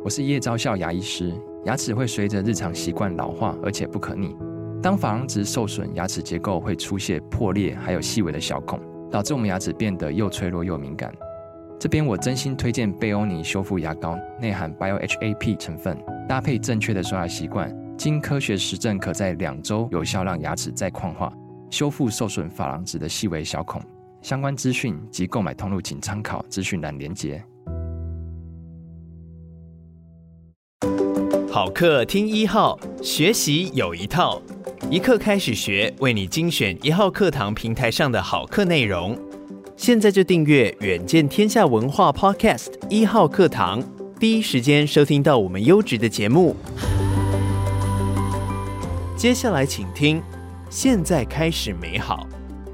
我是叶昭孝牙医师。牙齿会随着日常习惯老化，而且不可逆。当珐琅质受损，牙齿结构会出现破裂，还有细微的小孔，导致我们牙齿变得又脆弱又敏感。这边我真心推荐贝欧尼修复牙膏，内含 BioHAP 成分，搭配正确的刷牙习惯，经科学实证可在2周有效让牙齿再矿化，修复受损珐琅质的细微小孔。相关资讯及购买通路请参考资讯栏连结。 好课听1号，学习有一套，一课开始学，为你精选1号课堂平台上的好课内容。现在就订阅远见天下文化 Podcast 1号课堂，第一时间收听到我们优质的节目。接下来请听，现在开始美好。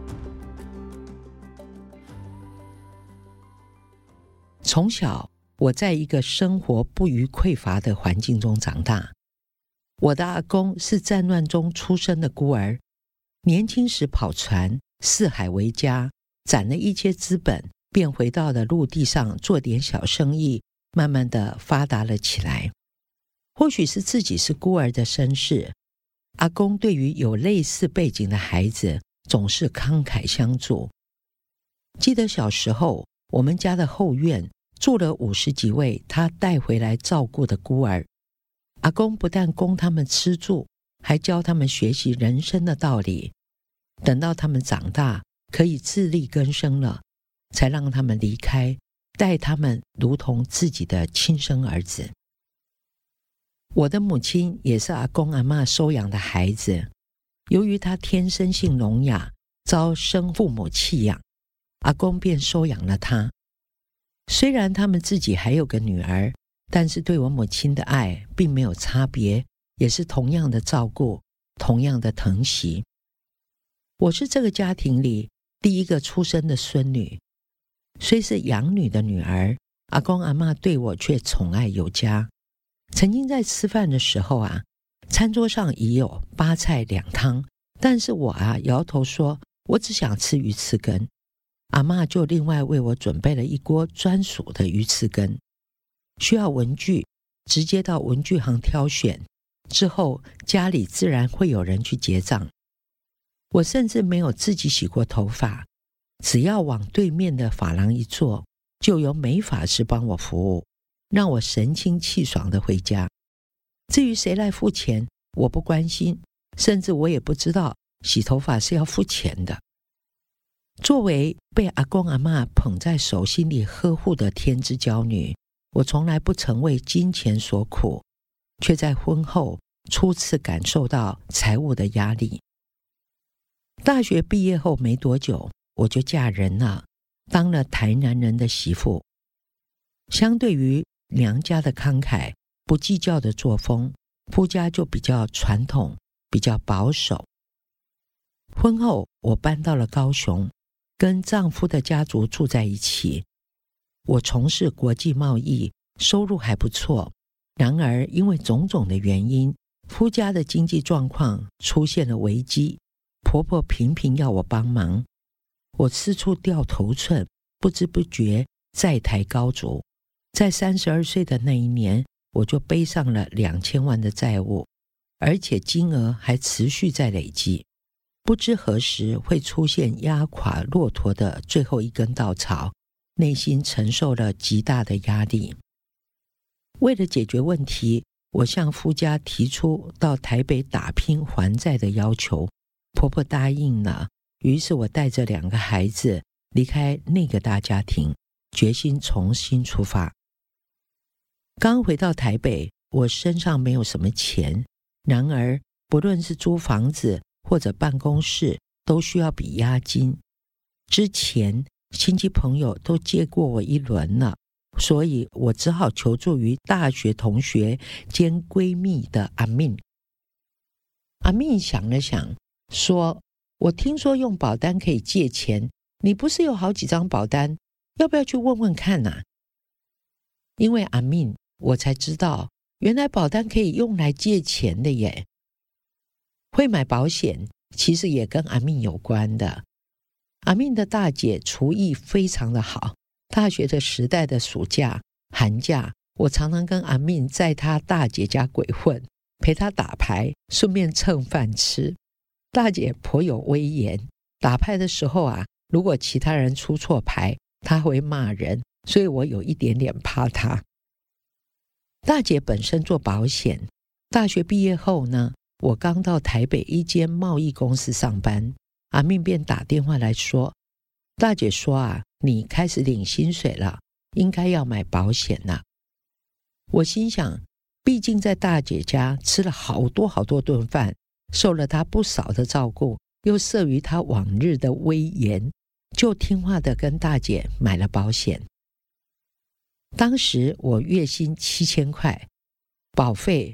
从小，我在一个生活不虞匮乏的环境中长大。我的阿公是战乱中出生的孤儿，年轻时跑船，四海为家，攒了一些资本，便回到了陆地上做点小生意，慢慢的发达了起来。或许是自己是孤儿的身世，阿公对于有类似背景的孩子总是慷慨相助。记得小时候，我们家的后院住了50几位他带回来照顾的孤儿，阿公不但供他们吃住，还教他们学习人生的道理。等到他们长大，可以自力更生了，才让他们离开，待他们如同自己的亲生儿子。我的母亲也是阿公阿嬷收养的孩子，由于她天生性聋哑，遭生父母弃养，阿公便收养了她。虽然他们自己还有个女儿，但是对我母亲的爱并没有差别，也是同样的照顾，同样的疼惜。我是这个家庭里第一个出生的孙女，虽是养女的女儿，阿公阿嬷对我却宠爱有加。曾经在吃饭的时候餐桌上已有8菜2汤，但是我摇头说我只想吃鱼翅羹。阿嬷就另外为我准备了一锅专属的鱼翅羹。需要文具，直接到文具行挑选，之后家里自然会有人去结账。我甚至没有自己洗过头发，只要往对面的发廊一坐，就由美发师帮我服务，让我神清气爽地回家。至于谁来付钱，我不关心，甚至我也不知道洗头发是要付钱的。作为被阿公阿嬷捧在手心里呵护的天之娇女，我从来不曾为金钱所苦，却在婚后初次感受到财务的压力。大学毕业后没多久，我就嫁人了，当了台南人的媳妇。相对于娘家的慷慨不计较的作风，夫家就比较传统，比较保守。婚后我搬到了高雄，跟丈夫的家族住在一起。我从事国际贸易，收入还不错。然而因为种种的原因，夫家的经济状况出现了危机，婆婆频频要我帮忙。我四处掉头寸，不知不觉债台高筑。在32岁的那一年，我就背上了2000万的债务，而且金额还持续在累积。不知何时会出现压垮骆驼的最后一根稻草，内心承受了极大的压力。为了解决问题，我向夫家提出到台北打拼还债的要求，婆婆答应了。于是我带着2个孩子离开那个大家庭，决心重新出发。刚回到台北，我身上没有什么钱，然而不论是租房子或者办公室都需要笔押金。之前亲戚朋友都借过我一轮了，所以我只好求助于大学同学兼闺蜜的阿敏。阿敏想了想说，我听说用保单可以借钱，你不是有好几张保单，要不要去问问看啊？因为阿敏，我才知道原来保单可以用来借钱的耶。会买保险其实也跟阿敏有关的。阿敏的大姐厨艺非常的好，大学的时代的暑假寒假我常常跟阿命在他大姐家鬼混，陪他打牌，顺便蹭饭吃。大姐颇有威严，打牌的时候如果其他人出错牌，她会骂人，所以我有一点点怕她。大姐本身做保险，大学毕业后呢，我刚到台北一间贸易公司上班，阿命便打电话来说，大姐说你开始领薪水了，应该要买保险了。我心想，毕竟在大姐家吃了好多顿饭，受了她不少的照顾，又慑于她往日的威严，就听话的跟大姐买了保险。当时我月薪7000块，保费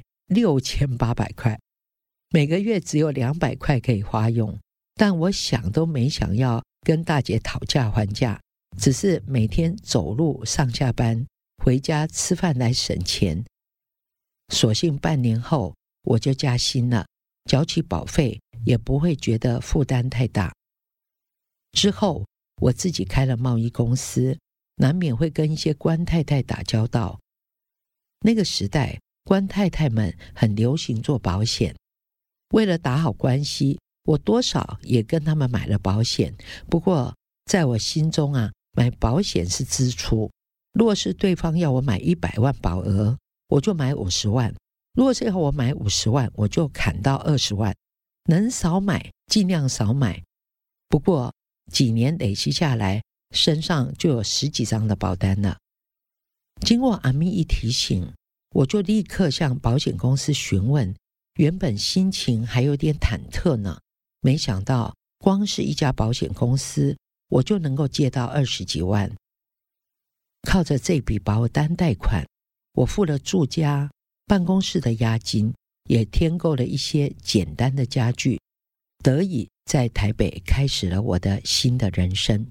6800块，每个月只有200块可以花用，但我想都没想要跟大姐讨价还价，只是每天走路上下班，回家吃饭来省钱。所幸半年后我就加薪了，缴起保费也不会觉得负担太大。之后我自己开了贸易公司，难免会跟一些官太太打交道。那个时代官太太们很流行做保险，为了打好关系，我多少也跟他们买了保险。不过在我心中买保险是支出，若是对方要我买100万保额，我就买50万，如果是要我买50万，我就砍到20万，能少买尽量少买。不过几年累积下来，身上就有10几张的保单了。经过阿咪一提醒，我就立刻向保险公司询问，原本心情还有点忐忑呢，没想到光是一家保险公司，我就能够借到20几万。靠着这笔保单贷款，我付了住家、办公室的押金，也添购了一些简单的家具，得以在台北开始了我的新的人生。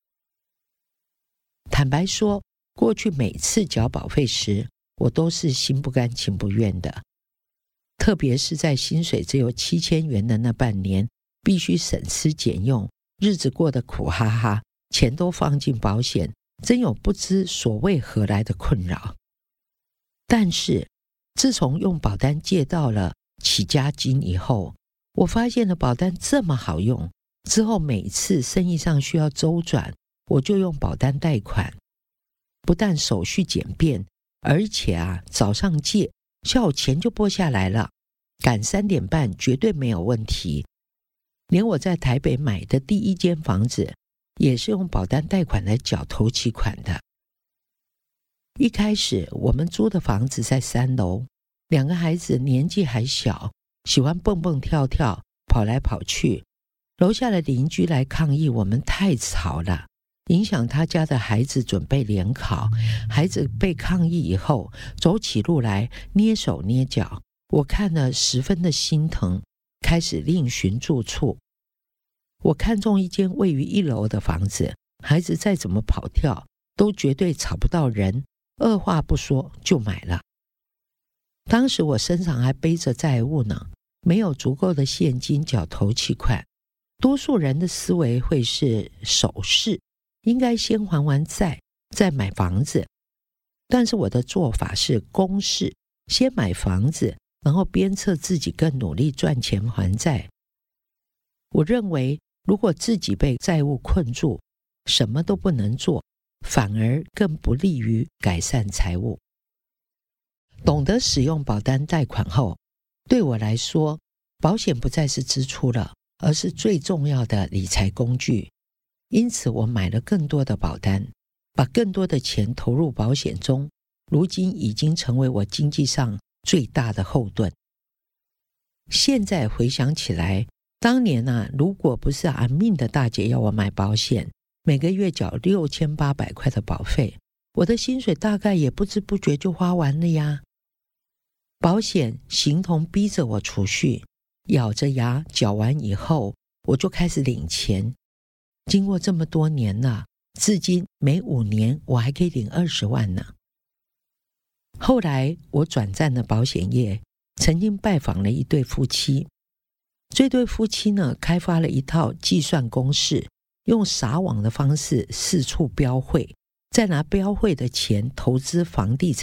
坦白说，过去每次缴保费时，我都是心不甘情不愿的，特别是在薪水只有7000元的那半年，必须省吃俭用，日子过得苦哈哈，钱都放进保险，真有不知所谓何来的困扰。但是自从用保单借到了起家金以后，我发现了保单这么好用，之后每次生意上需要周转，我就用保单贷款，不但手续简便，而且早上借，下午钱就拨下来了，赶3点半绝对没有问题。连我在台北买的第一间房子，也是用保单贷款来缴头期款的。一开始我们租的房子在3楼，2个孩子年纪还小，喜欢蹦蹦跳跳，跑来跑去。楼下的邻居来抗议我们太吵了，影响他家的孩子准备联考。孩子被抗议以后，走起路来捏手捏脚，我看了十分的心疼，开始另寻住处。我看中一间位于1楼的房子，孩子再怎么跑跳都绝对吵不到人，二话不说就买了。当时我身上还背着债务呢，没有足够的现金缴头期款。多数人的思维会是守势，应该先还完债再买房子，但是我的做法是公式，先买房子，然后鞭策自己更努力赚钱还债。我认为如果自己被债务困住，什么都不能做，反而更不利于改善财务。懂得使用保单贷款后，对我来说，保险不再是支出了，而是最重要的理财工具。因此我买了更多的保单，把更多的钱投入保险中，如今已经成为我经济上最大的后盾。现在回想起来，当年如果不是阿命的大姐要我买保险，每个月缴6800块的保费，我的薪水大概也不知不觉就花完了呀。保险形同逼着我储蓄，咬着牙缴完以后，我就开始领钱。经过这么多年了，至今每5年我还可以领20万呢。后来我转战了保险业，曾经拜访了一对夫妻。这对夫妻呢，开发了一套计算公式，用撒网的方式四处标会，再拿标会的钱投资房地产，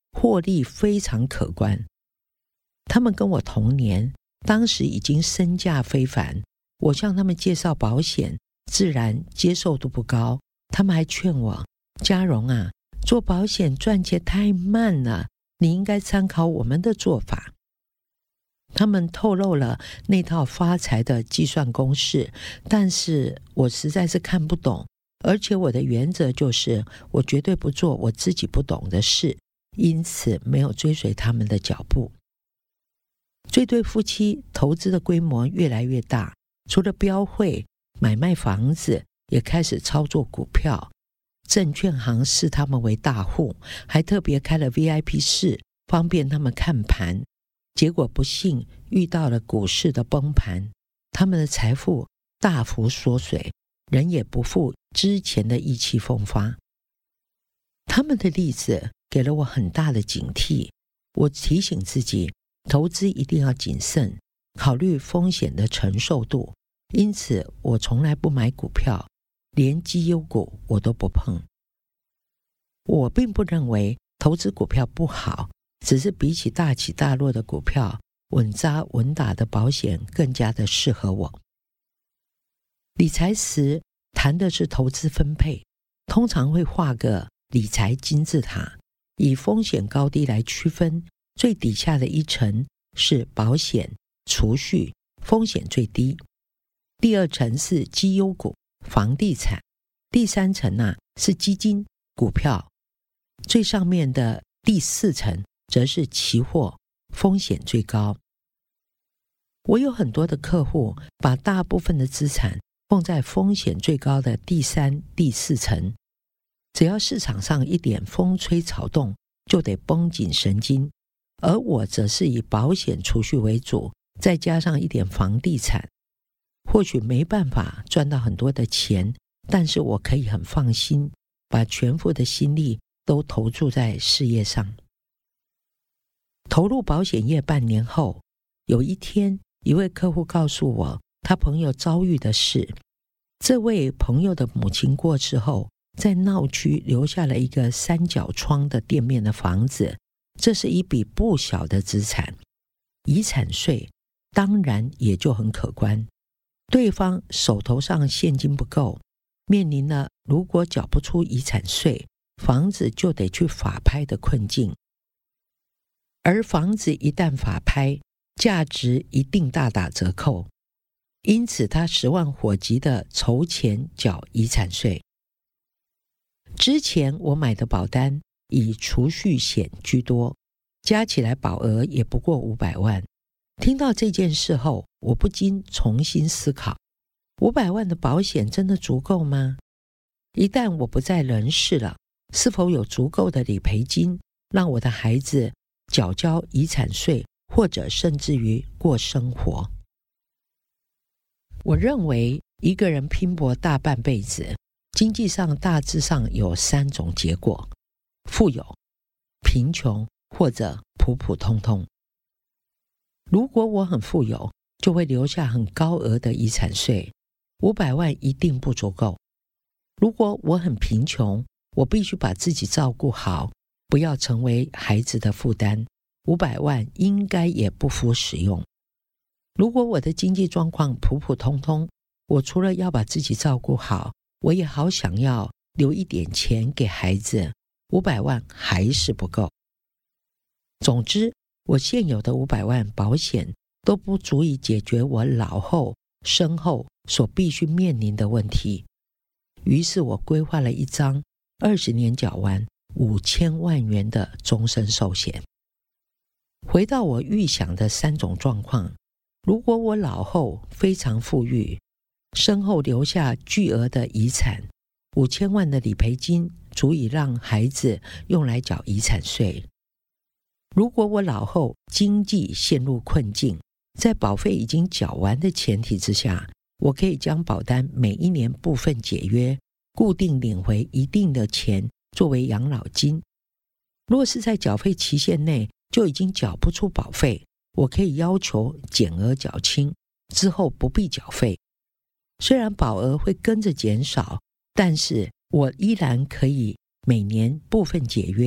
获利非常可观。他们跟我同年，当时已经身价非凡，我向他们介绍保险，自然接受度不高。他们还劝我，嘉荣啊，做保险赚钱太慢了，你应该参考我们的做法。他们透露了那套发财的计算公式，但是我实在是看不懂，而且我的原则就是我绝对不做我自己不懂的事，因此没有追随他们的脚步。这对夫妻投资的规模越来越大，除了标会、买卖房子，也开始操作股票。证券行视他们为大户，还特别开了 VIP 室，方便他们看盘。结果不幸遇到了股市的崩盘，他们的财富大幅缩水，人也不复之前的意气风发。他们的例子给了我很大的警惕，我提醒自己，投资一定要谨慎，考虑风险的承受度。因此我从来不买股票，连绩优股我都不碰。我并不认为投资股票不好，只是比起大起大落的股票，稳扎稳打的保险更加的适合我。理财时谈的是投资分配，通常会画个理财金字塔，以风险高低来区分。最底下的一层是保险、储蓄，风险最低。第二层是绩优股、房地产。第三层是基金、股票。最上面的第四层则是期货，风险最高。我有很多的客户把大部分的资产放在风险最高的第三、第四层，只要市场上一点风吹草动，就得绷紧神经。而我则是以保险储蓄为主，再加上一点房地产。或许没办法赚到很多的钱，但是我可以很放心，把全副的心力都投注在事业上。投入保险业半年后，有一天，一位客户告诉我他朋友遭遇的事。这位朋友的母亲过世后，在闹区留下了一个3角窗的店面的房子，这是一笔不小的资产，遗产税当然也就很可观。对方手头上现金不够，面临了如果缴不出遗产税，房子就得去法拍的困境。而房子一旦法拍，价值一定大打折扣，因此他10万火急的筹钱缴遗产税。之前我买的保单以储蓄险居多，加起来保额也不过500万。听到这件事后，我不禁重新思考，500万的保险真的足够吗？一旦我不在人世了，是否有足够的理赔金，让我的孩子缴交遗产税，或者甚至于过生活？我认为一个人拼搏大半辈子，经济上大致上有3种结果：富有、贫穷，或者普普通通。如果我很富有，就会留下很高额的遗产税，500万一定不足够。如果我很贫穷，我必须把自己照顾好，不要成为孩子的负担，500万应该也不敷使用。如果我的经济状况普普通通，我除了要把自己照顾好，我也好想要留一点钱给孩子，500万还是不够。总之，我现有的500万保险都不足以解决我老后、身后所必须面临的问题。于是我规划了一张20年缴完5000万元的终身寿险。回到我预想的3种状况，如果我老后非常富裕，身后留下巨额的遗产，5000万的理赔金足以让孩子用来缴遗产税。如果我老后经济陷入困境，在保费已经缴完的前提之下，我可以将保单每一年部分解约，固定领回一定的钱作为养老金。若是在缴费期限内就已经缴不出保费，我可以要求减额缴清，之后不必缴费。虽然保额会跟着减少，但是我依然可以每年部分解约，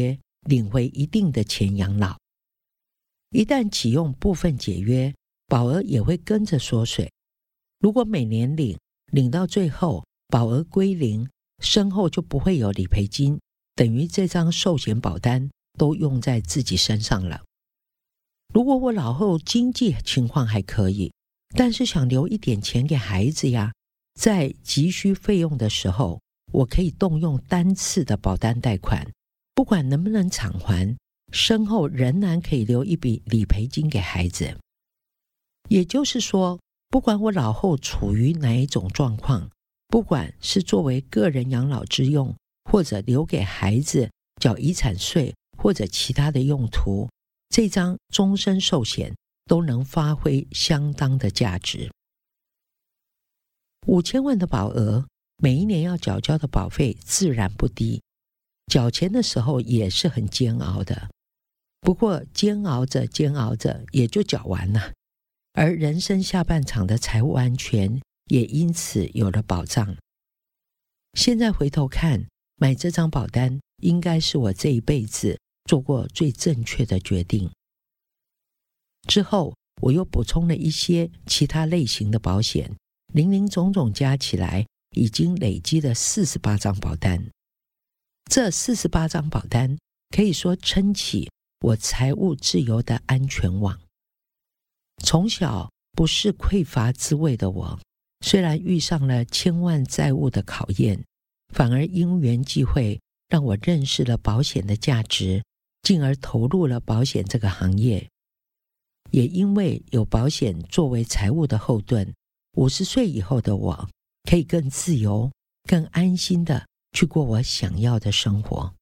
领回一定的钱养老。一旦启用部分解约，保额也会跟着缩水。如果每年领到最后保额归零，身后就不会有理赔金，等于这张寿险保单都用在自己身上了。如果我老后经济情况还可以，但是想留一点钱给孩子呀，在急需费用的时候，我可以动用单次的保单贷款，不管能不能偿还，身后仍然可以留一笔理赔金给孩子。也就是说，不管我老后处于哪一种状况，不管是作为个人养老之用，或者留给孩子缴遗产税，或者其他的用途，这张终身寿险都能发挥相当的价值。5000万的保额，每一年要缴交的保费自然不低，缴钱的时候也是很煎熬的。不过煎熬着也就缴完了，而人生下半场的财务安全也因此有了保障。现在回头看，买这张保单应该是我这一辈子做过最正确的决定。之后我又补充了一些其他类型的保险，林林总总加起来已经累积了48张保单。这48张保单可以说撑起我财务自由的安全网。从小不是匮乏滋味的我，虽然遇上了千万债务的考验，反而因缘际会让我认识了保险的价值，进而投入了保险这个行业。也因为有保险作为财务的后盾，50岁以后的我可以更自由、更安心的去过我想要的生活。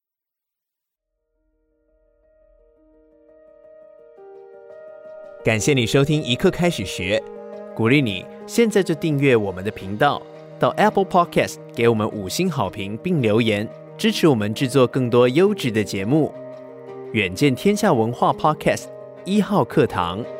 感谢你收听一刻开始学，鼓励你现在就订阅我们的频道，到 Apple Podcast 给我们5星好评并留言，支持我们制作更多优质的节目。远见天下文化 Podcast 1号课堂。